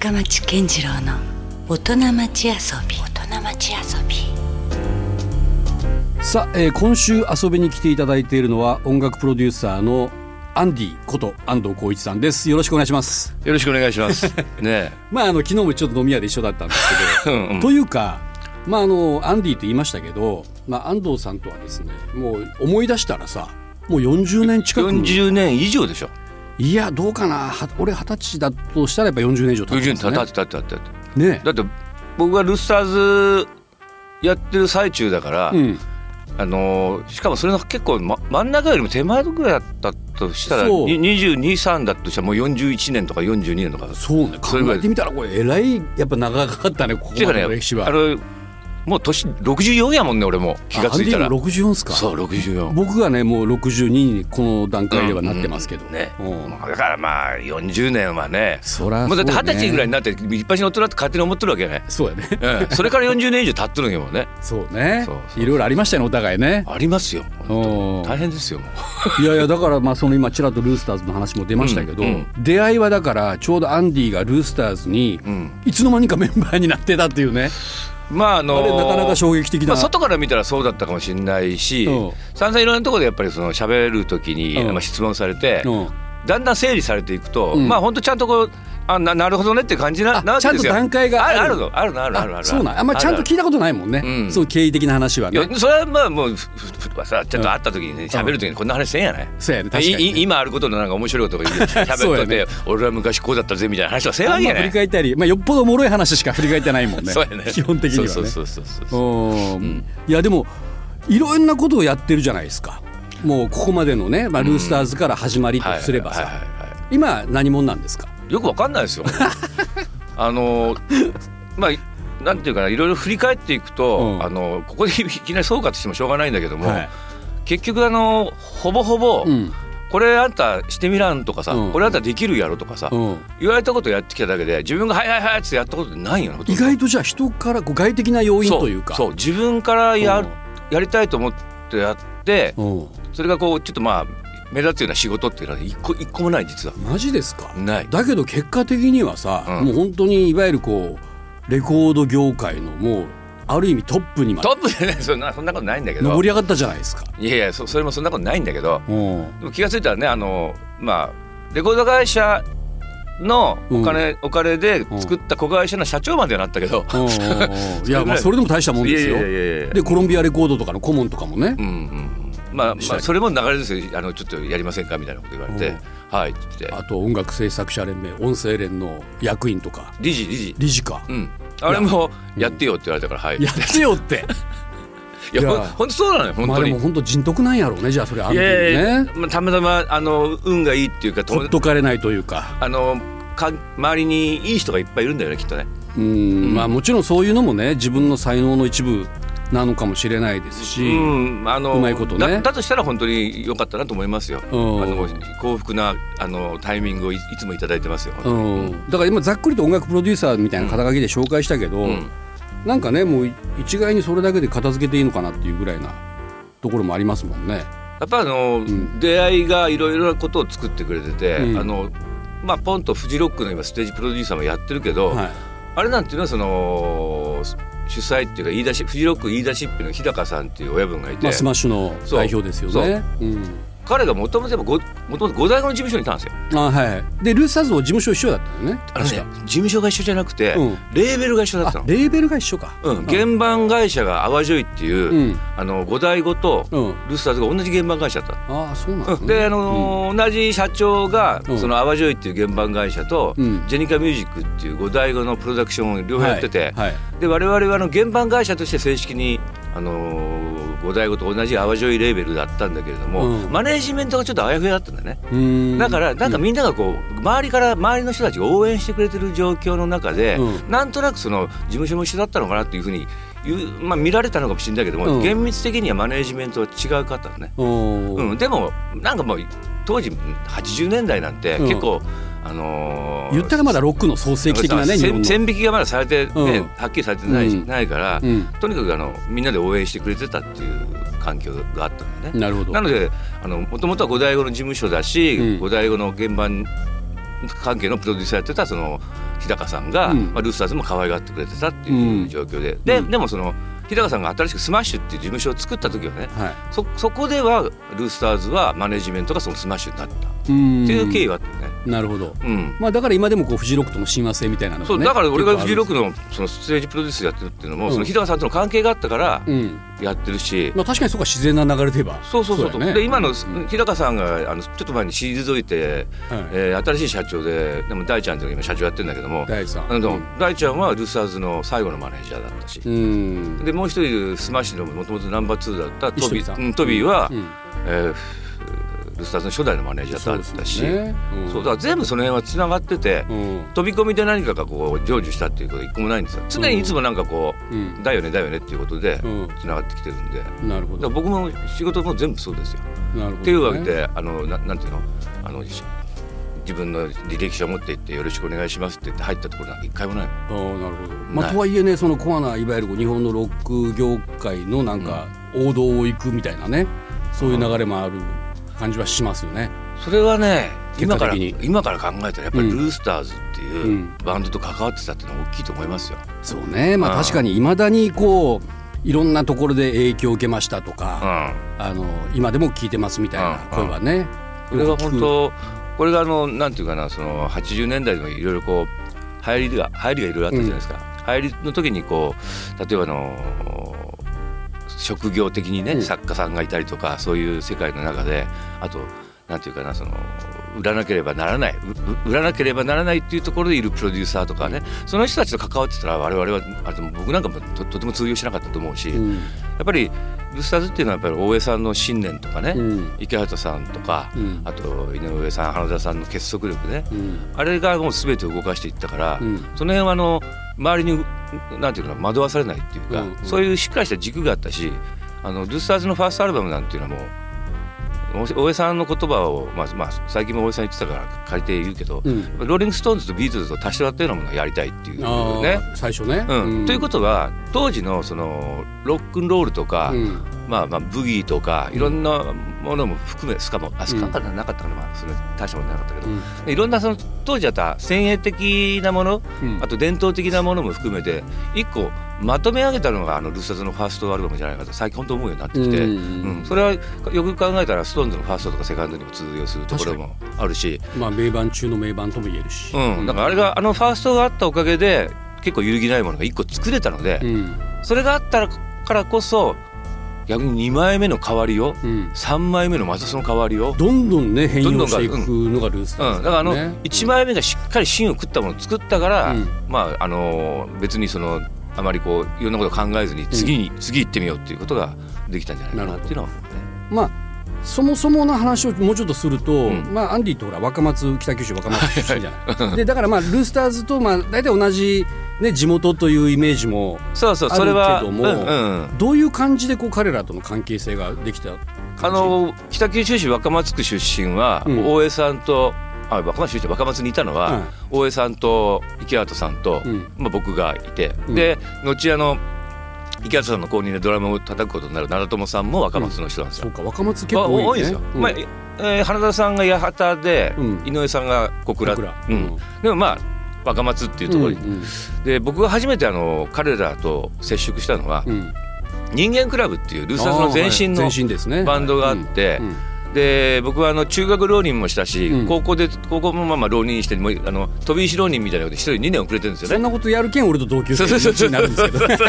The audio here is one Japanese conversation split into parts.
深町健次郎の大人町遊び。 さあ、今週遊びに来ていただいているのは音楽プロデューサーのアンディこと安藤浩一さんです。よろしくお願いします。 よろしくお願いしますね。 昨日もちょっと飲み屋で一緒だったんですけどというか、アンディって言いましたけど、安藤さんとはですね、もう思い出したらさ、もう40年近く。 40年以上でしょ。 いやどうかな、俺20歳だとしたらやっぱ40年以上経ってますね。 だって僕がルスターズやってる最中だから、しかもそれの結構、真ん中よりも手前ぐらいだったとしたら22、3だとしたらもう41年とか42年とか。 そうね、考えてみたらこれえらいやっぱ長かったね、ここまでの歴史は。 もう年64やもんね、俺も気がついたら。 アンディも64っすか。 そう64。 僕がねもう62にこの段階ではなってますけど、 だから40年はね、 そらそうね、 もうだって20歳ぐらいになって一発の大人って勝手に思ってるわけよね。 そうやね、 それから40年以上経ってるんやもんね。 そうね、いろいろありましたね、お互いね。 ありますよ、大変ですよもういやだからその今ちらっとルースターズの話も出ましたけど、出会いはだからちょうどアンディがルースターズにいつの間にかメンバーになってたっていうね。あれなかなか衝撃的な、 外から見たらそうだったかもしれないし、散々いろんなところでやっぱりその喋る時に質問されて、だんだん整理されていくと、本当ちゃんとこうなるほどねって感じなわけですよ。 ちゃんと段階があるの。 そうなん、ちゃんと聞いたことないもんね、そう経緯的な話はね。 それはもうさ、ちゃんと会った時にね、喋る時にこんな話せんやない。 そうやね、確かにね。 今あることのなんか面白いことが喋ってて、俺は昔こうだったぜみたいな話はせんわけやない。 振り返ったり、よっぽどおもろい話しか振り返ってないもんね。 そうやね、 基本的にはね。 そういやでもいろんなことをやってるじゃないですか。もうここまでのね、ルースターズから始まりとすればさ、今何者なんですか。 よくわかんないですよなんていうかな、いろいろ振り返っていくと、ここでいきなり総括してもしょうがないんだけども、結局ほぼほぼ、これあんたしてみらんとかさ、これあんたできるやろとかさ、言われたことやってきただけで自分がはいはいはいってやったことないよな。 意外とじゃあ人から外的な要因というか、 そう自分からやりたいと思ってやって、それがこうちょっと目立つような仕事っていうのは一個もない、実は。 マジですか。 ない。 だけど結果的にはさ、もう本当にいわゆるこうレコード業界のもうある意味トップにまで。 トップでね、そんなことないんだけど。 上り上がったじゃないですか。 いやいや、それもそんなことないんだけど、でも気がついたらね、レコード会社のお金で作った子会社の社長までなったけど、 いやそれでも大したもんですよ。でコロンビアレコードとかの顧問とかもね、 それも流れですよ。ちょっとやりませんかみたいなこと言われて、はいって言って。 あと音楽制作者連盟音声連の役員とか理事か、あれもやってよって言われたから、はい、 やってよっていや本当そうなのよ、本当に。 でも本当人徳なんやろうね、じゃあそれあるんね。 たまたま運がいいっていうか、 ほっとかれないというか、 周りにいい人がいっぱいいるんだよね、きっとね。 もちろんそういうのもね、自分の才能の一部なのかもしれないですし、うまいことね。 だとしたら本当に良かったなと思いますよ。幸福なタイミングをいつもいただいてますよ。 だから今ざっくりと音楽プロデューサーみたいな肩書きで紹介したけど、なんかね、もう一概にそれだけで片付けていいのかなっていうぐらいなところもありますもんね。 やっぱ出会いがいろいろなことを作ってくれてて、ポンとフジロックの今ステージプロデューサーもやってるけど、あれなんていうのはその主催っていうかフジロック言い出しっぺの日高さんっていう親分がいて、 スマッシュの代表ですよね。 彼がもともと五大五の事務所にいたんですよ。 でルースターズの事務所一緒だったよね。 事務所が一緒じゃなくて、レーベルが一緒だったの。 レーベルが一緒か。 原版会社が淡路っていう、五大五とルースターズが同じ原版会社だった。 そうなんですね。 で同じ社長がその淡路っていう原版会社と、ジェニカミュージックっていう五大五のプロダクションを両方やってて、で我々は原版会社として正式に五大五と同じ淡路レーベルだったんだけれども、マネージメントがちょっとあやふやだったんだね。だからなんかみんながこう周りの人たちが応援してくれてる状況の中で、なんとなくその事務所も一緒だったのかなっていうふうに見られたのかもしれないけども、厳密的にはマネージメントは違うかったのね。でもなんかもう当時80年代なんて結構、 言ったらまだロックの創世記的なね、 線引きがまだされて、はっきりされてないから、とにかくみんなで応援してくれてたっていう環境があったんだね。 なるほど。 なのでもともとは五大五の事務所だし、五大五の現場関係のプロデューサーやってたその日高さんが、ルースターズも可愛がってくれてたっていう状況で、でもその日高さんが新しくスマッシュっていう事務所を作った時はね、そこではルースターズはマネジメントがそのスマッシュになったっていう経緯があってね。 なるほど、だから今でもこうフジロックとの親和性みたいなのがね、 そうだから俺がフジロックのそのステージプロデュースやってるっていうのも、その日高さんとの関係があったからやってるし、 確かにそうか、自然な流れといえばそう、ね、で今の日高さんがちょっと前に退いて、新しい社長でも大ちゃんっていうのが今社長やってるんだけども、大ちゃんはルースターズの最後のマネージャーだったし、でもう一人スマッシュのもともとナンバー2だったトビーは、ルースターズの初代のマネージャーだったし、そうだから全部その辺はつながってて、飛び込みで何かがこう成就したっていうことは一個もないんですよ。常にいつもなんかこう、だよねっていうことでつながってきてるんで、 なるほど。 僕も仕事も全部そうですよ。なるほどね。っていうわけでなんていうの、自分の履歴書を持っていってよろしくお願いしますって言って入ったところなんか一回もないの。 なるほど。とはいえね、そのコアないわゆる日本のロック業界のなんか王道を行くみたいなね、そういう流れもある感じはしますよね。 それはね、今から考えたらやっぱりルースターズっていうバンドと関わってたっていうのは大きいと思いますよ。 そうね、確かにいまだにこういろんなところで影響を受けましたとか、今でも聞いてますみたいな声はね、 これは本当、これがなんていうかな、その80年代でもいろいろこう流行りがいろいろあったじゃないですか。流行りの時にこう例えば職業的にね、作家さんがいたりとか、そういう世界の中で、あとなんていうかな、その売らなければならないっていうところでいるプロデューサーとかね、その人たちと関わってたら我々は僕なんかも とても通用しなかったと思うし、やっぱりルースターズっていうのはやっぱり大江さんの信念とかね、池畑さんとか、あと井上さん、花田さんの結束力ね、あれがもう全てを動かしていったから、その辺は周りになんていうかな、惑わされないっていうか、そういうしっかりした軸があったし、ルースターズのファーストアルバムなんていうのはもう大江さんの言葉を、最近も大江さん言ってたから借りているけど、ローリングストーンズとビートルズと足して割ったようなものをやりたいっていうね、 最初ね、 ということは当時のそのロックンロールとか、ブギーとかいろんなものも含め、スカからなかったかな、それ大したものなかったけど、いろんなその当時あった先鋭的なもの、あと伝統的なものも含めて一個まとめ上げたのがルースターズのファーストアルバムじゃないかと最近本当思うようになってきて、それはよく考えたらストーンズのファーストとかセカンドにも通用するところもあるし、 名盤中の名盤とも言えるし、 だからあれがファーストがあったおかげで結構揺るぎないものが1個作れたので、それがあったからこそ逆に2枚目の代わりを、3枚目のまたその代わりをどんどんね変容していくのがルースターズ、 だから1枚目がしっかり芯を食ったものを作ったから、別にあまりこういろんなことを考えずに次行ってみようっていうことができたんじゃないかなっていうのは思うね。 そもそもの話をもうちょっとすると、アンディとほら北九州若松出身じゃないで、だからルースターズと大体同じ、地元というイメージもあるけども、どういう感じでこう彼らとの関係性ができた感じ？ 北九州市若松区出身は、大江さんと若松にいたのは、大江さんと池畑さんと、僕がいて、で後池畑さんの後任でドラムを叩くことになる長友さんも若松の人なんですよ。 そうか、若松結構多いね。 多いですよ。花田さんが八幡で、井上さんが小倉、でも若松っていうところに、で僕が初めて彼らと接触したのは、人間クラブっていうルースターズの前身のバンドがあって、で僕は中学浪人もしたし、高校も浪人して飛び石浪人みたいなことで1人2年遅れてるんですよね。 そんなことやるけん俺と同級生になるんですけどで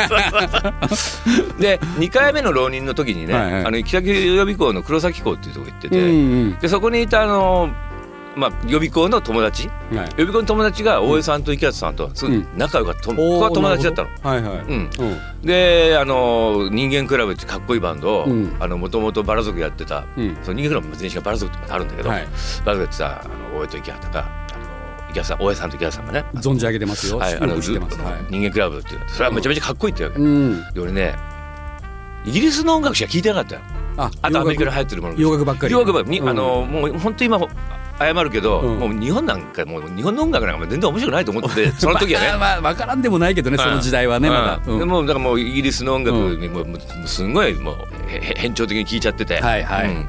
2回目の浪人の時にね、北九予備校の黒崎校っていうところ行ってて、でそこにいた予備校の友達、予備校の友達が大江さんと池畑さんと仲良かった、僕は友達だったの。で人間クラブってかっこいいバンドをもともとバラ族やってた、その人間クラブの前身がバラ族ってあるんだけど、バラ族やってた大江と池畑が大江さんと池畑さんがね、 存じ上げてますよ。 人間クラブっていうのそれはめちゃめちゃかっこいいってわけで、俺ねイギリスの音楽しか聴いてなかったよ。あとアメリカで流行ってるもの、 洋楽ばっかり。 もう本当今謝るけど、もう日本の音楽なんか全然面白くないと思ってて、その時はね分からんでもないけどね、その時代はね、まだ。 でもだからもうイギリスの音楽にすごいもう変調的に聴いちゃってて、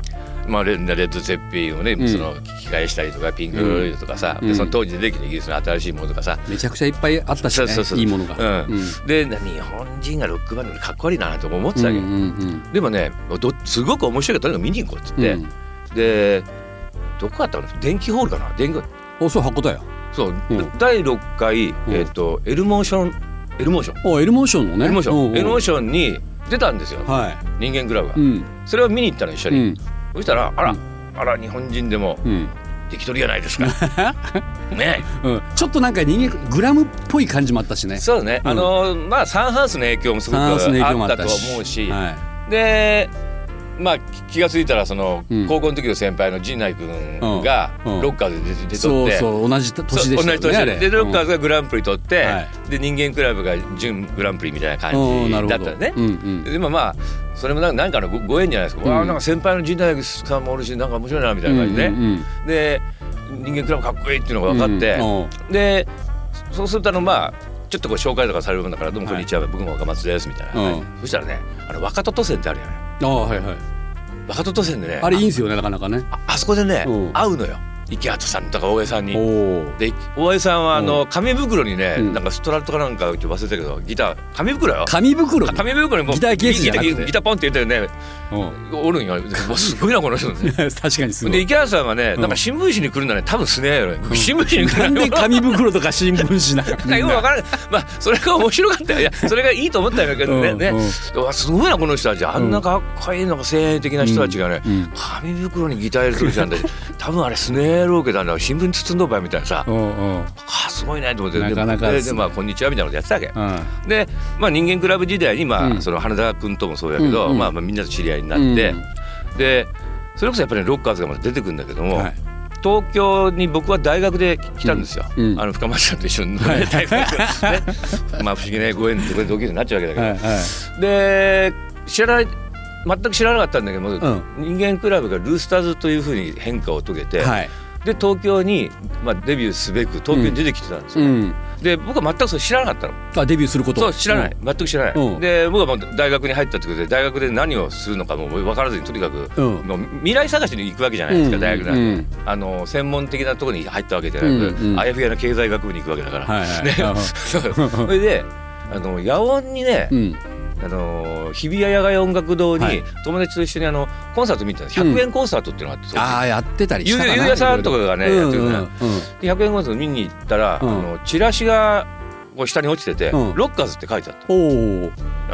まあ、レッド・ゼッペリンをね、その聞き返したりとかピンク・ロイドとかさ、でその当時出てきたイギリスの新しいものとかさ、 めちゃくちゃいっぱいあったしね、いいものが、 で日本人がロックバンドでかっこ悪いなと思ってたわけ、でもねすごく面白いからとにかく見に行こうって言って、でどこだったの、電気ホールかな、 そう函館や、 そう、第6回、エルモーションのね、エルモーションに出たんですよ、人間クラブが、それを見に行ったの一緒に、そしたらあら日本人でもできとるやないですかね、 ちょっとなんか人間グラムっぽい感じもあったしね。 そうね、まあサンハウスの影響もすごくあったと思うし、でまあ気がついたらその高校の時の先輩の陣内君がロッカーで出とって、 そう同じ年でしたよね、 同じ年でロッカーズがグランプリ取って、で人間クラブが準グランプリみたいな感じだったね。でもまあそれもなんかのご縁じゃないですか、なんか先輩の陣内さんもおるしなんか面白いなみたいな感じで、で人間クラブかっこいいっていうのが分かって、でそうするとまあちょっとこう紹介とかされるもんだから、どうもこんにちは、僕も若松ですみたいな、そしたらね若戸渡船ってあるよね。若戸渡船でね、 あれいいんですよね、なかなかね。 あそこでね会うのよ、池畑さんとか大江さんに。で大江さんは紙袋にね、なんかストラットかなんか忘れたけど、ギター紙袋よ、紙袋にもギターケースじゃなくてギターポンって入れてね、おるんよ。すごいなこの人ね確かにすごい。 で池畑さんはね、なんか新聞紙に来るんだね、多分すねえよね、新聞紙に来るなんで紙袋とか新聞紙なんかよく分からない。まあそれが面白かったよ。いやそれがいいと思ったんだけどね、すごいなこの人たち、あんなかっこいいのが精鋭的な人たちがね、紙袋にギター入れてるじゃんで、多分あれスネーローケだな、新聞に包んどばいみたいなさ、すごいねと思って、でまあこんにちはみたいなことやってたわけ、でまあ人間クラブ時代にその花田君ともそうやけど、まあみんなと知り合いになって、でそれこそやっぱりロッカーズがまた出てくるんだけども、東京に僕は大学で来たんですよ、深町さんと一緒に大学ね、まあ不思議なご縁で同級生になっちゃうわけだけど、で全く知らなかったんだけど、人間クラブがルースターズというふうに変化を遂げて、で東京にデビューすべく東京に出てきてたんですよ、で僕は全くそれ知らなかったの。 デビューすることそう知らない、全く知らない、で僕はもう大学に入ったってことで、大学で何をするのかも分からずに、とにかく、もう未来探しに行くわけじゃないですか、大学なんて、専門的なところに入ったわけじゃなく、あやふやな経済学部に行くわけだから、それで野音にね、日比谷野外音楽堂に友達と一緒にコンサート見てたんです。100円コンサートっていうのがあって、 やってたりしたかな、 ゆうやさんとかがねやってるね。100円コンサート見に行ったら、チラシが下に落ちてて、ロッカーズって書いてあった。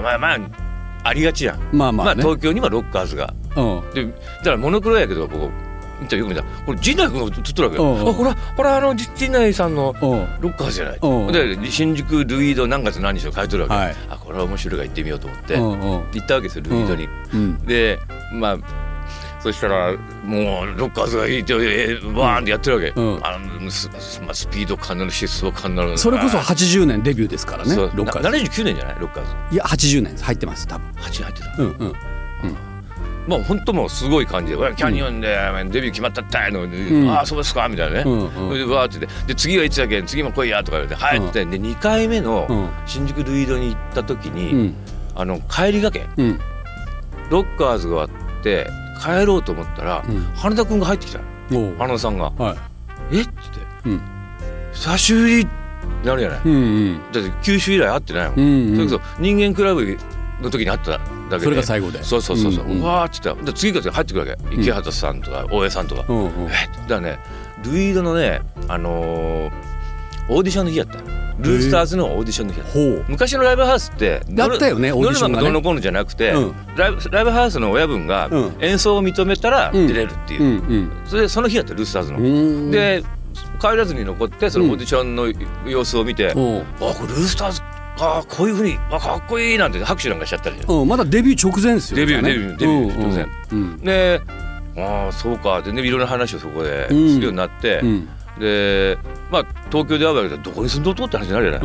まあありがちやん。まあ東京にはロッカーズが、でだからモノクロやけど、僕よく見たらこれ陣内君が撮ってるわけよ。これ陣内さんのロッカーズじゃない。で新宿ルイード何月何日を書いてるわけ。これは面白いから行ってみようと思って行ったわけですよ、ルイードに。でまあそしたらもうロッカーズがいいってバーンってやってるわけ。スピード感の疾走感の、 それこそ80年デビューですからね、ロッカーズ。79年じゃないロッカーズ。 いや80年入ってます、多分。 80入ってた。まあ本当もうすごい感じで、キャニオンでデビュー決まったったいの、ああそうですかみたいなね、でわーってで次はいつだけ、次も来いやとか言われて、はいって、で2回目の新宿ルイードに行った時に、帰りがけ、ロッカーズがあって帰ろうと思ったら、花田君が入ってきた。花田さんがえっつって、久しぶりなるじゃない、だって九州以来会ってないもん。それこそ人間クラブの時に会っただけで、 それが最後で、 そう、わーって言ったら、次から入ってくるわけ、池畑さんとか大江さんとか、だからね、ルイードのね、オーディションの日やった。ルースターズのオーディションの日やった。昔のライブハウスってだったよね、オーディションがね。 ノルマがどうのこうのじゃなくて、ライブハウスの親分が演奏を認めたら出れるっていう、その日やった、ルースターズの。で帰らずに残って、そのオーディションの様子を見て、これルースターズこういうふうにかっこいいなんて拍手なんかしちゃったり、 まだデビュー直前ですよね。 デビュー直前で、そうかでね、いろんな話をそこでするようになって、でまあ東京で会うわけで、どこに住んどるとって話になるじゃない。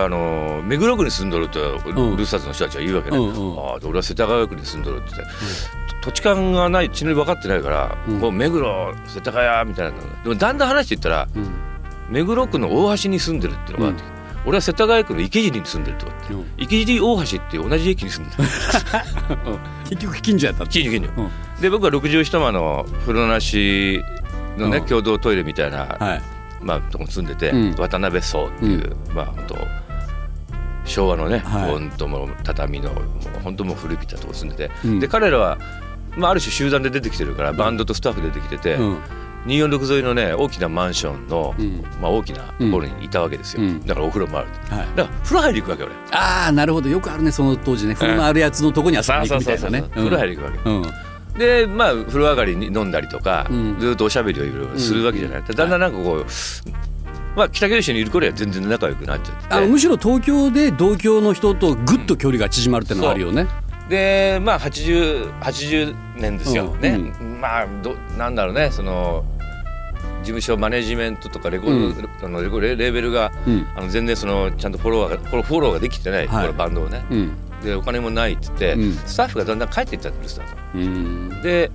で目黒区に住んどるってルースターズの人たちは言うわけね。俺は世田谷区に住んどるって言って、土地勘がない、地の分かってないから、こう目黒世田谷みたいな。でもだんだん話していったら、目黒区の大橋に住んでるっていうのがあって、俺は世田谷区の池尻に住んでるとかって、池尻大橋って同じ駅に住んでる。 結局近所やった。 近所で僕は60一間の風呂なしのね、共同トイレみたいな、とこに住んでて、渡辺荘っていう、本当昭和のね、本当もう畳の本当もう古びたとこ住んでて、で彼らは、ある種集団で出てきてるから、バンドとスタッフで出てきてて、246沿いのね大きなマンションの、大きなところにいたわけですよ、だからお風呂もある、だから風呂入り行くわけ俺。 ああなるほど、よくあるねその当時ね、風呂のあるやつのとこに遊びに行くみたいなね。 風呂入り行くわけ、で風呂上がりに飲んだりとか、ずっとおしゃべりをいろいろするわけじゃない、だんだんなんかこう、北九州にいる頃は全然仲良くなっちゃって、 むしろ東京で同郷の人とぐっと距離が縮まるっていうのがあるよね。 で80年ですよ、なんだろうね、その事務所マネジメントとかレコード、レーベルが、全然そのちゃんとフォローができてない、これバンドをね、でお金もないって言って、スタッフがだんだん帰っていっちゃってるスタッフで、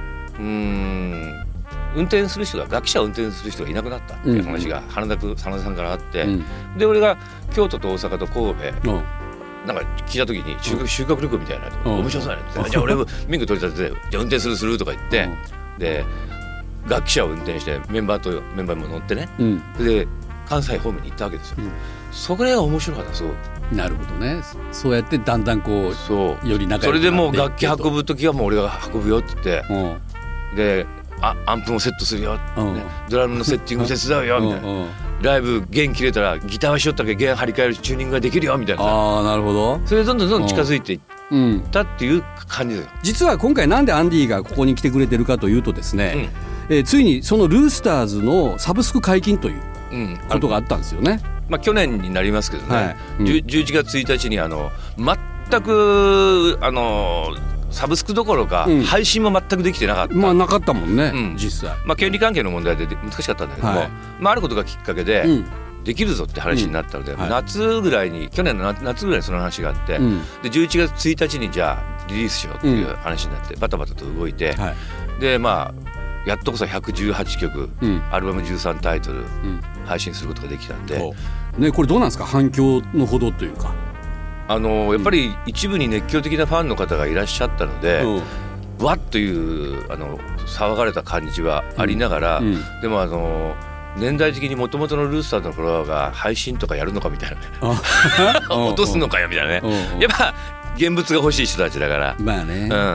運転する人が、楽器車を運転する人がいなくなったっていう話が真田さんからあって、で俺が京都と大阪と神戸なんか聞いた時に修学旅行みたいな面白そうだねって、じゃあ俺も免許取り立ててじゃあ運転するとか言って、で楽器車を運転してメンバーも乗ってね、で関西方面に行ったわけですよ、それが面白かった。そうなるほどね。そうやってだんだんこうより仲良くなっていって、 それでもう楽器運ぶ時はもう俺が運ぶよって言って、でアンプもセットするよ、ドラムのセッティング手伝うよみたいな、ライブ弦切れたらギターはしよったけ弦張り替えるチューニングができるよみたいな。 ああなるほど。 それでどんどん近づいていったっていう感じですよ。 実は今回なんでアンディがここに来てくれてるかというとですね、ついにそのルースターズのサブスク解禁ということがあったんですよね。 去年になりますけどね、11月1日に全くサブスクどころか配信も全くできてなかった、 なかったもんね、実際権利関係の問題で難しかったんだけども、あることがきっかけでできるぞって話になったので、去年の夏ぐらいにその話があって、で11月1日にじゃあリリースしようっていう話になってバタバタと動いて、でやっとこそ118曲、アルバム13タイトル配信することができたんで、 これどうなんですか、反響のほどというか。 やっぱり一部に熱狂的なファンの方がいらっしゃったので、わっという騒がれた感じはありながら、でも年代的にもともとのルースターズのフォロワーが配信とかやるのかみたいな落とすのかよみたいなね、やっぱ現物が欲しい人たちだから、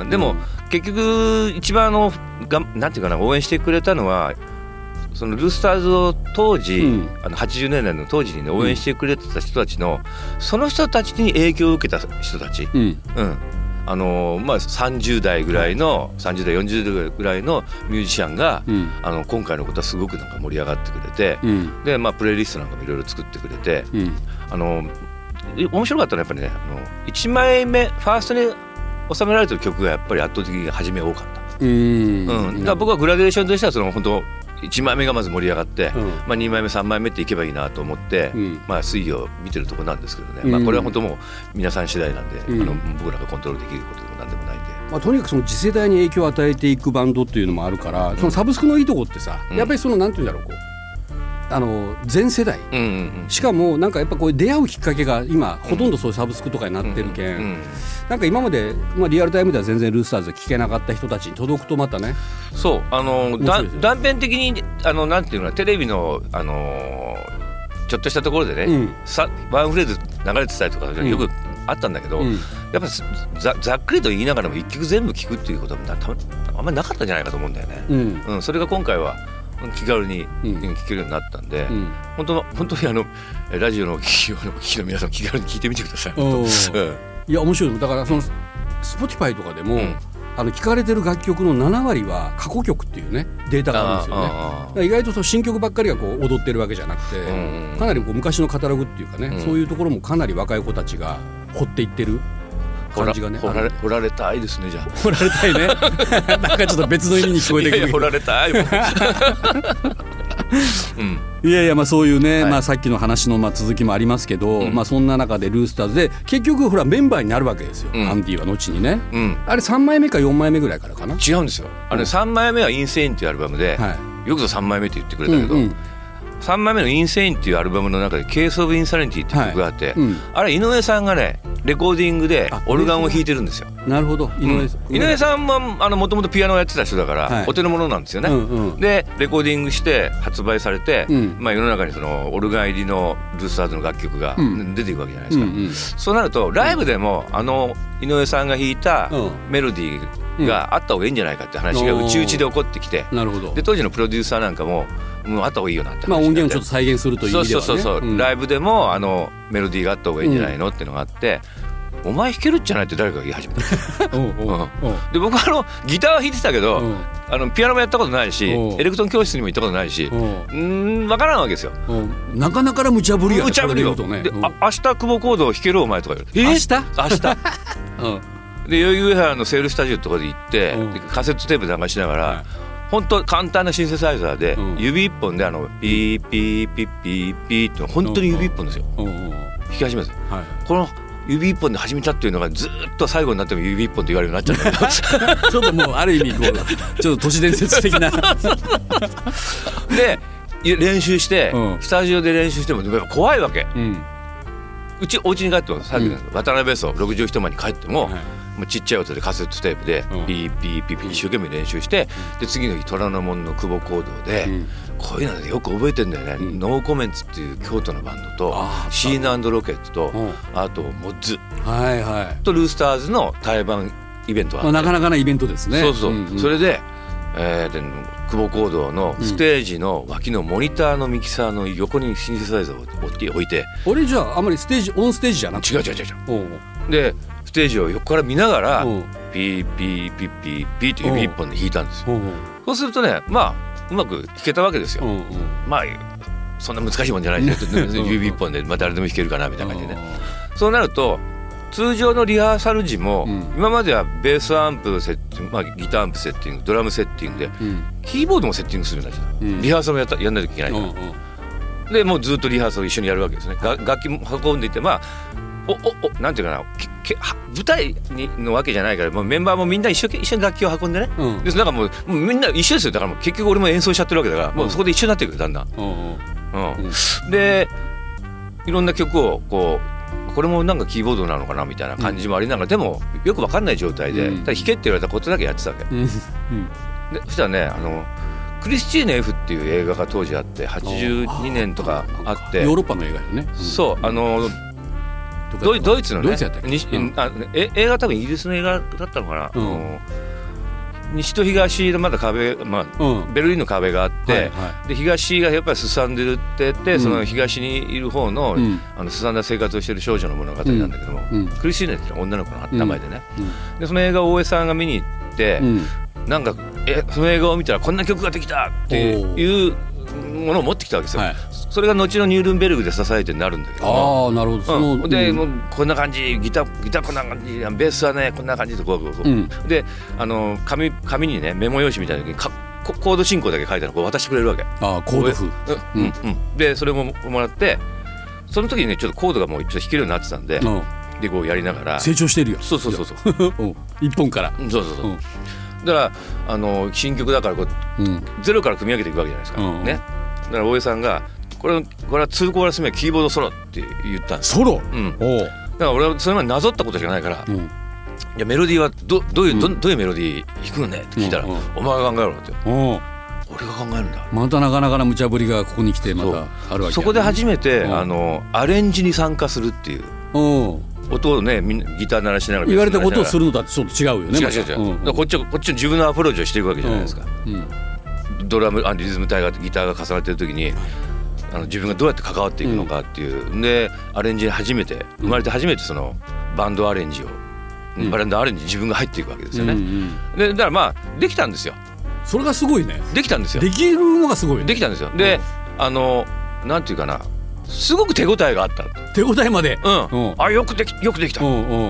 でも結局一番なんていうかな、応援してくれたのはそのルースターズを当時、80年代の当時にね応援してくれてた人たちの、その人たちに影響を受けた人たち、30代ぐらいの、30代40代ぐらいのミュージシャンが、今回のことはすごくなんか盛り上がってくれて、でプレイリストなんかもいろいろ作ってくれて、面白かったのはやっぱりね、1枚目ファーストに収められてる曲がやっぱり圧倒的に初め多かった。だから僕はグラデーションとしてはその本当1枚目がまず盛り上がって、2枚目3枚目っていけばいいなと思って、推移を見てるところなんですけどね、これは本当もう皆さん次第なんで、僕らがコントロールできることでも何でもないんで、 とにかくその次世代に影響を与えていくバンドっていうのもあるから、そのサブスクのいいとこってさ、やっぱりそのなんていうんだろう、こう全世代、しかもなんかやっぱこう出会うきっかけが今ほとんどそういうサブスクとかになってるけん、なんか今まで、リアルタイムでは全然ルースターズ聞けなかった人たちに届くとまたね、 そう断片的になんていうの、テレビのちょっとしたところでね、ワンフレーズ流れてたりとかよくあったんだけど、やっぱざっくりと言いながらも一曲全部聞くっていうことはあんまりなかったんじゃないかと思うんだよね。それが今回は気軽に聴けるようになったんで、本当にラジオの聴きの皆さん気軽に聴いてみてください。 いや面白い。だからその Spotify とかでも、聴かれてる楽曲の7割は過去曲っていうねデータがあるんですよね。意外とその新曲ばっかりがこう踊ってるわけじゃなくて、かなりこう昔のカタログっていうかね、そういうところもかなり若い子たちが掘っていってる感じがね。 掘られたいですね。じゃあ掘られたいねなんかちょっと別の意味に聞こえてくる。 掘られたいいやいや、そういうね、さっきの話の続きもありますけど、そんな中でルースターズで結局ほらメンバーになるわけですよ、アンディは後にね、あれ3枚目か4枚目ぐらいからかな。 違うんですよ。3枚目はインセインっていうアルバムで、よくぞ3枚目って言ってくれたけど、3枚目のインセインっていうアルバムの中でケースオブインサニティっていう曲があって、あれ井上さんがねレコーディングでオルガンを弾いてるんですよ。 なるほど。 井上さんももともとピアノをやってた人だから、はい、お手の物なんですよね、でレコーディングして発売されて、まあ、世の中にそのオルガン入りのルースターズの楽曲が出ていくわけじゃないですか、そうなるとライブでも井上さんが弾いたメロディーがあった方がいいんじゃないかって話がうちうちで起こってきて、なるほど。で当時のプロデューサーなんかもあった方がいいよなって話になって、 音源をちょっと再現するという意味ではね、 そうライブでもメロディーがあった方がいいんじゃないのっていうのがあって、お前弾けるんじゃないって誰かが言い始めたで僕はギターは弾いてたけどピアノもやったことないしエレクトーン教室にも行ったことないし分からんわけですよ。 なかなか無茶ぶりやね。 無茶ぶりよ。で明日久保コードを弾けるお前とか言う。明日で代々木上原のセールスタジオとかで行ってカセットテープ流しながら本当簡単なシンセサイザーで指一本でピーピーピーピーピーって本当に指一本ですよ弾き始めた。この指一本で始めたっていうのがずっと最後になっても指一本と言われるようになっちゃったちょっともうある意味ちょっと都市伝説的なで練習してスタジオで練習しても怖いわけ、お家に帰ってもさっきの渡辺荘60一間に帰っても、もうちっちゃい音でカセットテープでピーピーピーピー一生懸命練習してで次の日虎ノ門の久保講堂でこういうのでよく覚えてんだよね、ノーコメンツっていう京都のバンドとシーナ&ロケットとあとモッズとルースターズの対バンイベントがあって、 なかなかなイベントですね。 それで久保講堂のステージの脇のモニターのミキサーの横にシンセサイザーを置いて、 俺じゃああまりオンステージじゃなくて違うでステージを横から見ながらピーピーピーピーピーって指一本で弾いたんですよ。そうするとねうまく弾けたわけですよ。まあそんな難しいもんじゃない指一本で誰でも弾けるかなみたいな感じでね。そうなると通常のリハーサル時も今まではベースアンプセッティング、ギターアンプセッティングドラムセッティングでキーボードもセッティングするんだけどリハーサルもやんないといけないからでもうずっとリハーサル一緒にやるわけですね。楽器も運んでいてなんていうかな舞台のわけじゃないからもうメンバーもみんな一緒に楽器を運んでね、だからもうみんな一緒ですよ。だからもう結局俺も演奏しちゃってるわけだからもうそこで一緒になってくるだんだん、でいろんな曲をこれもなんかキーボードなのかなみたいな感じもありながら、でもよく分かんない状態で、弾けって言われたことだけやってたわけ、でそしたらねクリスチーネ F っていう映画が当時あって82年とかあってヨーロッパの映画よね、 そうドイツのね映画多分イギリスの映画だったのかな、西と東のまだ壁、ベルリンの壁があって、で東がやっぱりすさんでるって言って、その東にいる方の、すさんだ生活をしている少女の物語なんだけども、クリスティーネって女の子の名前でね、でその映画を大江さんが見に行って、なんかその映画を見たらこんな曲ができたっていうものを持ってきたわけですよ、それが後のニュールンベルグで支えてなるんだけど、 なるほど、 でもうこんな感じギターこんな感じベースはねこんな感じでで紙にねメモ用紙みたいな時にコード進行だけ書いたのを渡してくれるわけ。 コード譜、 でそれももらってその時にねちょっとコードがもうちょっと弾けるようになってたんで、でこうやりながら成長してるよ。 そう一本からそうだから新曲だからゼロから組み上げていくわけじゃないですか、ね。だから大江さんがこれは2コーラス目キーボードソロって言ったんです。 ソロ、 だから俺はそれまでなぞったことしかないから、いやメロディーはどういうメロディー弾くのねって聞いたら、お前が考えろって俺が考えるんだ。 またなかなかな無茶ぶりがここに来てまたあるわけだね。 そこで初めてアレンジに参加するっていう音をねギター鳴らしながら言われたことをするのとはちょっと違うよね。 違う、こっちの自分のアプローチをしていくわけじゃないですか、ドラムリズム体がギターが重なってる時に自分がどうやって関わっていくのかっていう、でアレンジに生まれて初めてそのバンドアレンジを、バンドアレンジに自分が入っていくわけですよね、でだからまあできたんですよ。 それがすごいね。 できたんですよ。 できるのがすごいね。 できたんですよ。でなんていうかなすごく手応えがあった。 手応えまでよくできた、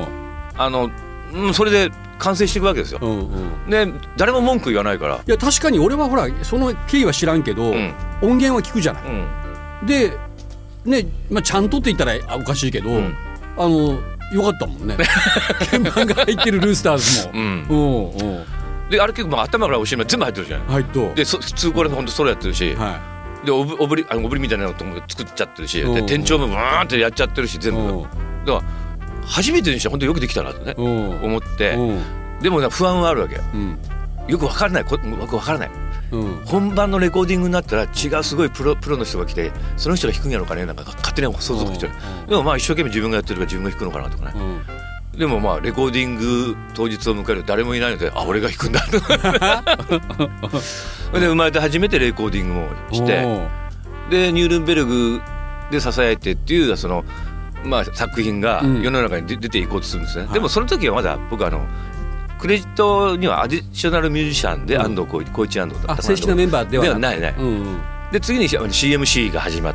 それで完成していくわけですよ、で誰も文句言わないから。いや確かに俺はほらその経緯は知らんけど、音源は聞くじゃない、でね、ちゃんとって言ったらおかしいけど、よかったもんね鍵盤が入ってるルースターズも、 であれ結構頭からお尻まで全部入ってるじゃない。 入っとで普通これほんとソロやってるし、でおぶりみたいなのも作っちゃってるし、で転調もバーンってやっちゃってるし全部、だから初めてにして本当によくできたなとね思って、でも不安はあるわけ、よく分からない、本番のレコーディングになったら違うすごいプロの人が来てその人が弾くんやろうかね、なんか勝手に想像しちゃう。でも一生懸命自分がやってるから自分が弾くのかなとかね、でもレコーディング当日を迎える誰もいないので、俺が弾くんだとで生まれて初めてレコーディングもしてでニュールンベルグで支えてっていうその作品が世の中に出ていこうとするんですね、でもその時はまだ僕クレジットにはアディショナルミュージシャンで安藤浩一安藤だった。 正式なメンバーではない。 で次に CMC が始まって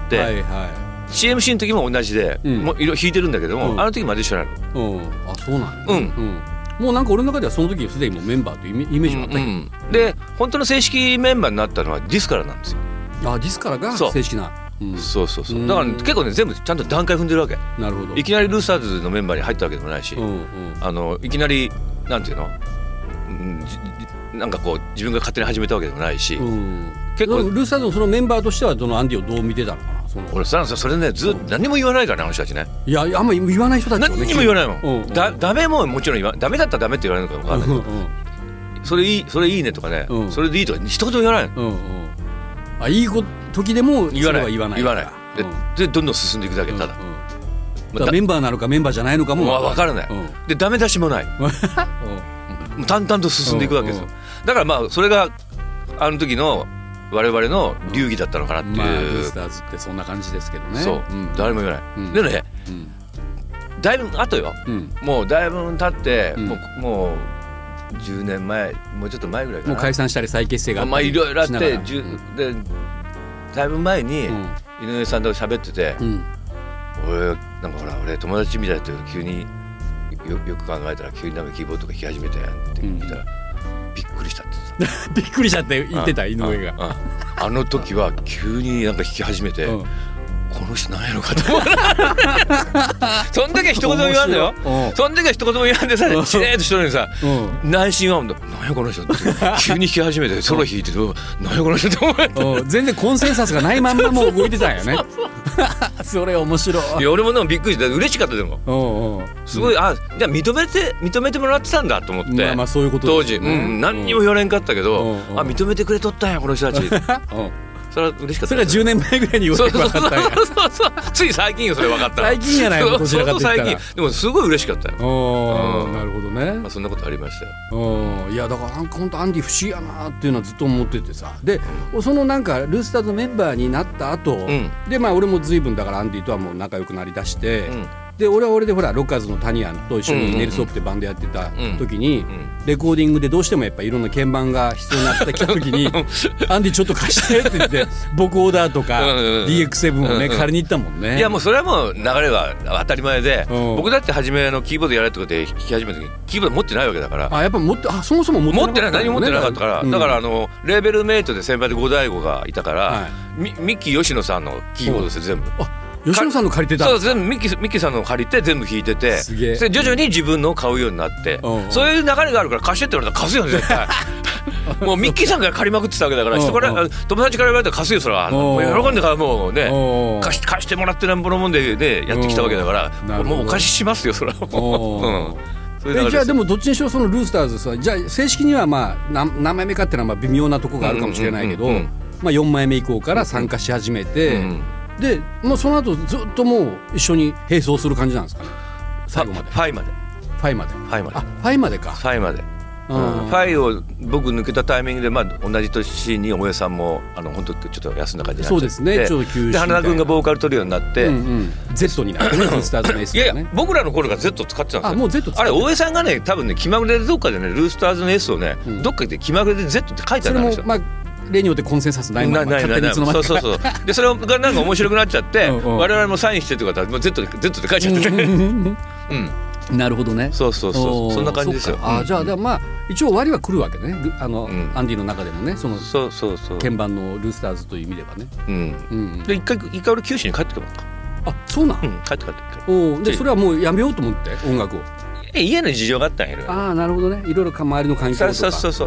、CMC の時も同じで、もういろいろ弾いてるんだけども、あの時もアディショナル。 あ、そうなんだ。もうなんか俺の中ではその時すでにもうメンバーというイメージがあったけど、 で本当の正式メンバーになったのはディスカラなんですよ。 ディスカラが正式な。 そうだから結構ね全部ちゃんと段階踏んでるわけ。 なるほど。 いきなりルースターズのメンバーに入ったわけでもないし、いきなりなんていうの、なんかこう自分が勝手に始めたわけでもないし、 結構ルースターズのそのメンバーとしてはそのアンディをどう見てたのかな。 俺それねずっと何も言わないからね、あの人たちね。 いやあんまり言わない人たちよね。 何にも言わないもん。ダメももちろんダメだったらダメって言われるのか分かんないけど、それいいねとかね、それでいいとか一言言わないの。 いい時でもそれは言わない。 でどんどん進んでいくだけ。ただメンバーなのかメンバーじゃないのかも分からない。でダメ出しもない。淡々と進んでいくわけですよ。だからそれがあの時の我々の流儀だったのかなっていう。 ルースターズってそんな感じですけどね。 そう、誰も言わない。でね、だいぶ後よ。もうだいぶ経って、もう10年前、もうちょっと前ぐらいかな。 もう解散したり再結成があったりいろいろあって、でだいぶ前に井上さんと喋ってて、俺なんかほら俺友達みたいだったけど急によく考えたら急になんかキーボードとか弾き始めてって言ったら、びっくりしたって言ってた。びっくりしたって言ってた、井上が。 あの時は急になんか弾き始めて、この人何やのかと思う。その時は一言も言わんのよ。その時は一言も言わんでさ、しれーっとしとるのにさ、内心は何やこの人って急に弾き始めてソロ弾いて何やこの人って思う。 全然コンセンサスがないまんまもう動いてたんよね。それ面白い。 いや俺もでもびっくりして嬉しかった。でもすごい、じゃあ認めてもらってたんだと思って、 そういうこと当時何にも言われんかったけど、認めてくれとったんやこの人たち。それは嬉しかった。 それが10年前ぐらいに言われて分かったんや。 つい最近よそれ分かった。 最近やないの、どちらかと言ったら。 でもすごい嬉しかったよ。 なるほどね。 そんなことありましたよ。 いやだからなんか本当アンディ不思議やなっていうのはずっと思っててさ、でそのなんかルースターズのメンバーになった後で、俺も随分だからアンディとはもう仲良くなりだして、で俺は俺でほらロッカーズのタニアンと一緒にネルソープってバンドやってた時に、レコーディングでどうしてもやっぱいろんな鍵盤が必要になってきた時にアンディちょっと貸してって言って僕オーダーとか DX7 をね借りに行ったもんね。 いやもうそれはもう流れは当たり前で、僕だって初めキーボードやれってことで弾き始めた時キーボード持ってないわけだから。 やっぱそもそも持ってない、 何も持ってなかったから、だからレーベルメイトで先輩で五大悟がいたから、ミッキー吉野さんのキーボードです全部。 吉野さんの借りてた。 そう全部ミッキーさんの借りて全部弾いてて、徐々に自分のを買うようになって、そういう流れがあるから貸してって言われたら貸すよね絶対。もうミッキーさんが借りまくってたわけだから、人から友達から言われたら貸すよそれは。喜んでからもうね貸してもらってなんぼのもんでねやってきたわけだから、もうお貸ししますよそれは。 じゃあでもどっちにしろそのルースターズさ、じゃあ正式には何枚目かっていうのは微妙なとこがあるかもしれないけど、4枚目以降から参加し始めて。でその後ずっともう一緒に並走する感じなんですかね、最後まで。ファイまでか。 ファイを僕抜けたタイミングで、同じ年に大江さんも本当ちょっと休んだ感じになっちゃって、そうですね、ちょっと休止で花田君がボーカル取るようになって、 Z になってね、ルースターズの S がね。 いや僕らの頃から Z 使ってたんですよ。 もう Z 使ってた。 あれ大江さんがね多分ね気まぐれでどっかでねルースターズの S をね、どっかで気まぐれで Z って書いてあるんですよ。 例によってコンセンサスないまま勝手にいつの間にか。 そうでそれがなんか面白くなっちゃって我々もサインしてとかもう Z で書いちゃってね。 なるほどね。 そうそんな感じですよ。 じゃあ一応終わりは来るわけね、アンディの中でもね、その鍵盤のルースターズという意味ではね。 で一回俺九州に帰ってくるのか。 そうなん。 帰ってでそれはもうやめようと思って音楽を。 家の事情があったんやろ。 なるほどね。いろいろ周りの環境とか。 そう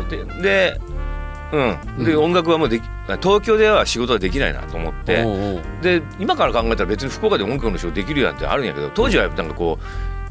で音楽はもう東京では仕事はできないなと思って、で今から考えたら別に福岡で音楽の仕事できるやんってあるんやけど、当時はなんかこう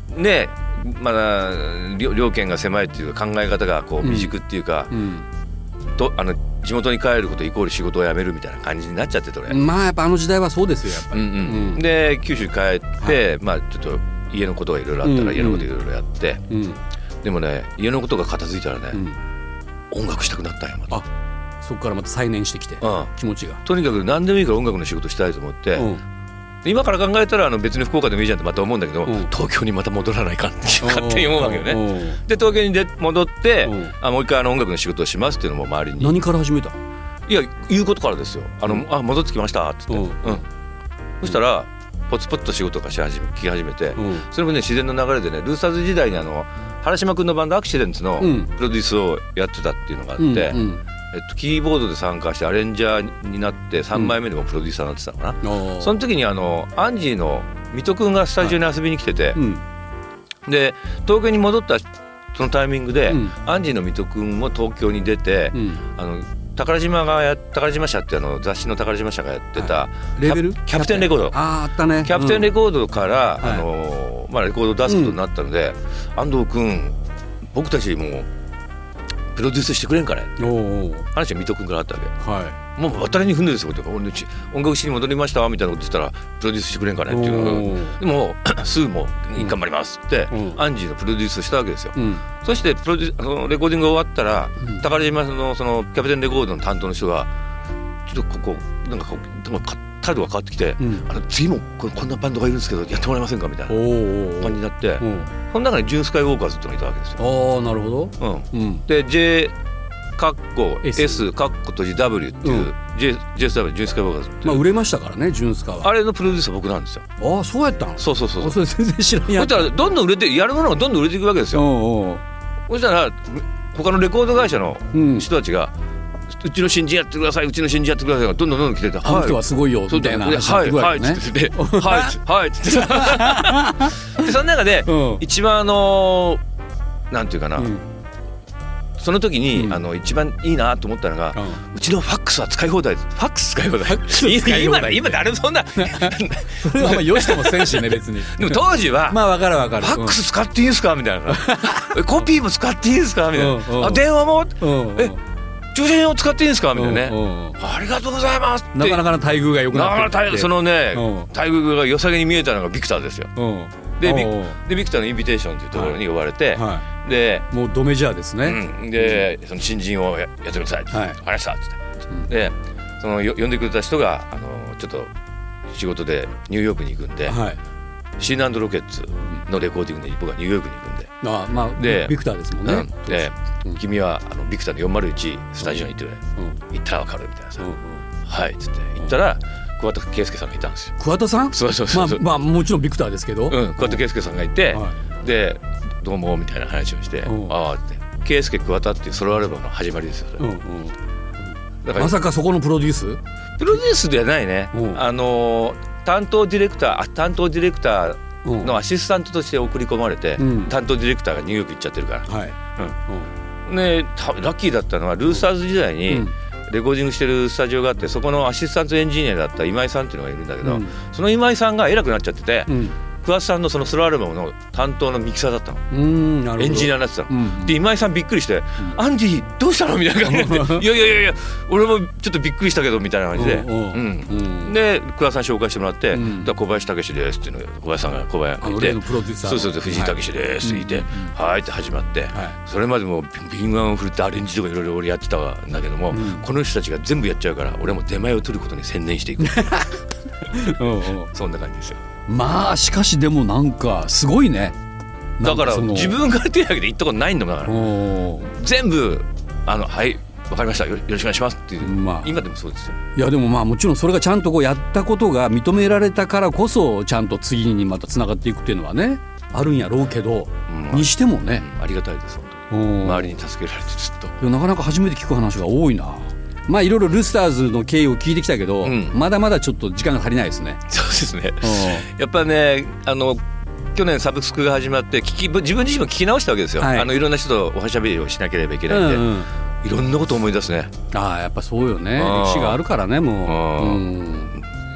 ねまだ両県が狭いっていうか考え方がこう未熟っていうか、と地元に帰ることイコール仕事を辞めるみたいな感じになっちゃってて、 まあやっぱあの時代はそうですよやっぱり、 で九州帰って、まあちょっと家のことがいろいろあったら家のこといろいろやって、でもね家のことが片付いたらね、音楽したくなったんよまた。 そこからまた再燃してきて、気持ちがとにかく何でもいいから音楽の仕事したいと思って、今から考えたら別に福岡でもいいじゃんってまた思うんだけど、東京にまた戻らないかって勝手に思うわけよね。で東京に戻って、もう一回音楽の仕事をしますっていうのも周りに。 何から始めた？ いや言うことからですよ。戻ってきましたって言って、そしたらポツポツと仕事が聞き始めて、それもね自然の流れでね、ルースターズ時代に原島君のバンドアクシデンツのプロデュースをやってたっていうのがあって、キーボードで参加してアレンジャーになって3枚目でもプロデューサーになってたのかな、その時にアンジーの水戸君がスタジオに遊びに来てて、で東京に戻ったそのタイミングで、アンジーの水戸君も東京に出て、宝島社って雑誌の宝島社がやってた、 レーベルキャプテンレコード、 あったね、 キャプテンレコードから、レコードを出すことになったので、安藤君僕たちもプロデュースしてくれんかね、話は水戸君からあったわけ、もう渡りに踏んでるんですよ、音楽史に戻りましたみたいなこと言ったらプロデュースしてくれんかねっていう、でもすぐもう頑張りますって、アンジーのプロデュースをしたわけですよ。そしてレコーディングが終わったら、宝島のそのキャプテンレコードの担当の人がちょっとこうなんか態度が変わってきて、次もこんなバンドがいるんですけどやってもらえませんかみたいな感じになって、その中にジュンスカイウォーカーズっていうのがいたわけですよ。 なるほど。 で J カッコ S カッコ閉じ W っていう JSW ジュンスカイウォーカーズっていう、 売れましたからねジュンスカは。 あれのプロデューサー僕なんですよ。 そうやったん。 そうそれ全然知らんやん。 そしたらどんどん売れて、やるものがどんどん売れていくわけですよ。そしたら他のレコード会社の人たちが、うちの新人やってください、うちの新人やってくださいがどんどん来てて、 あの人はすごいよみたいな話になってくるわけね。 はいはいってでその中で一番なんていうかな、その時に一番いいなと思ったのが、うちのファックスは使い放題です。ファックス使い放題。今誰もそんなそれはよしともせんしね別に。 でも当時はまあ分かる分かる。 ファックス使っていいですかみたいな。コピーも使っていいですかみたいな。電話も駐車場を使っていいんですかみたいなね。ありがとうございますって。 なかなかの待遇が良くなって、 そのね待遇が良さげに見えたのがビクターですよ。でビクターのインビテーションっていうところに呼ばれて、でもうドメジャーですね。 でその新人をやってくださいって言って、分かりましたって言って、でその呼んでくれた人がちょっと仕事でニューヨークに行くんで、シーナ&ロケッツのレコーディングで僕はニューヨークに行くんで、 でビクターですもんね。 で君はビクターの401スタジオに行ってくれ、行ったら分かるみたいなさ、はいっつって行ったら桑田佳祐さんがいたんですよ。 桑田さん？ そうまあもちろんビクターですけど、 桑田佳祐さんがいて、でどうもみたいな話をして、ああって佳祐桑田っていうソロアルバムの始まりですよ。 だからまさかそこのプロデュースではないね。担当ディレクターのアシスタントとして送り込まれて、担当ディレクターがニューヨーク行っちゃってるから、ラッキーだったのはルースターズ時代にレコーディングしてるスタジオがあって、そこのアシスタントエンジニアだった今井さんっていうのがいるんだけど、その今井さんが偉くなっちゃってて、桑田さんのそのソロアルバムの担当のミキサーだったの。エンジニアになってたの。で今井さんびっくりして「アンディどうしたの?」みたいな感じで「いや俺もちょっとびっくりしたけど」みたいな感じで、で桑田さん紹介してもらって「小林武史です」っていうのを小林さんがいて、そう藤井武史ですって言って「はい」って始まって、それまでも敏腕を振るってアレンジとかいろいろ俺やってたんだけども、この人たちが全部やっちゃうから俺も出前を取ることに専念していくそんな感じですよ。 まあしかしでもなんかすごいね。 だから自分が手挙げて行ったことないんだから、全部はい分かりましたよろしくお願いしますっていう、今でもそうですよ。 いやでもまあもちろんそれがちゃんとこうやったことが認められたからこそちゃんと次にまたつながっていくっていうのはねあるんやろうけど、にしてもねありがたいです本当に。周りに助けられてずっと。 なかなか初めて聞く話が多いな。まあいろいろルスターズの経緯を聞いてきたけど、まだまだちょっと時間が足りないですね。 そうですね。やっぱね去年サブスクが始まって自分自身も聞き直したわけですよ。いろんな人とおはしゃべりをしなければいけないんで、いろんなこと思い出すね。 やっぱそうよね。歴史があるからねもう。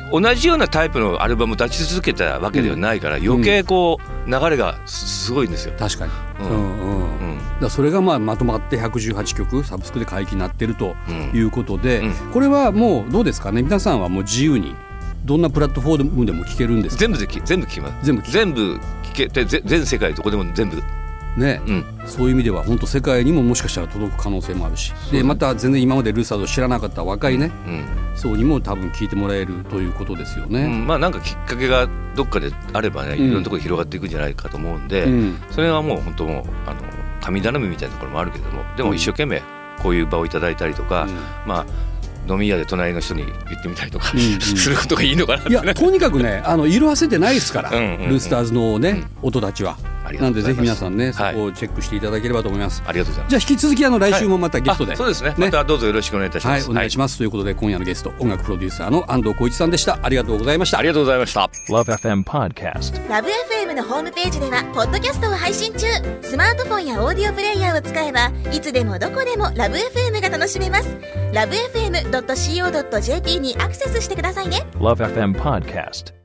同じようなタイプのアルバムを出し続けたわけではないから、余計こう流れがすごいんですよ。 確かに、だそれがまとまって118曲サブスクで解禁になってるということで、これはもうどうですかね、皆さんはもう自由にどんなプラットフォームでも聴けるんですか？全部聴きます。全部聴けて、全世界どこでも全部ね、そういう意味では本当世界にももしかしたら届く可能性もあるし、でまた全然今までルースターズを知らなかった若いね、層にも多分聞いてもらえるということですよね。 なんかきっかけがどっかであればね、いろんなところで広がっていくんじゃないかと思うんで、それはもう本当もう神頼みみたいなところもあるけども、でも一生懸命こういう場をいただいたりとか、飲み屋で隣の人に言ってみたりとか、することがいいのかなって、ね、 いやとにかくね色あせてないですから、ルースターズのね、音たちは。なんでぜひ皆さんね、そこをチェックしていただければと思います。 ありがとうございます。 じゃあ引き続き来週もまたゲストで、 そうですね、またどうぞよろしくお願いいたします。 お願いします。ということで今夜のゲスト、音楽プロデューサーの安藤浩一さんでした。ありがとうございました。 ありがとうございました。 LoveFM Podcast。 LoveFM のホームページではポッドキャストを配信中。スマートフォンやオーディオプレイヤーを使えばいつでもどこでも LoveFM が楽しめます。 LoveFM.co.jp にアクセスしてくださいね。 LoveFM Podcast。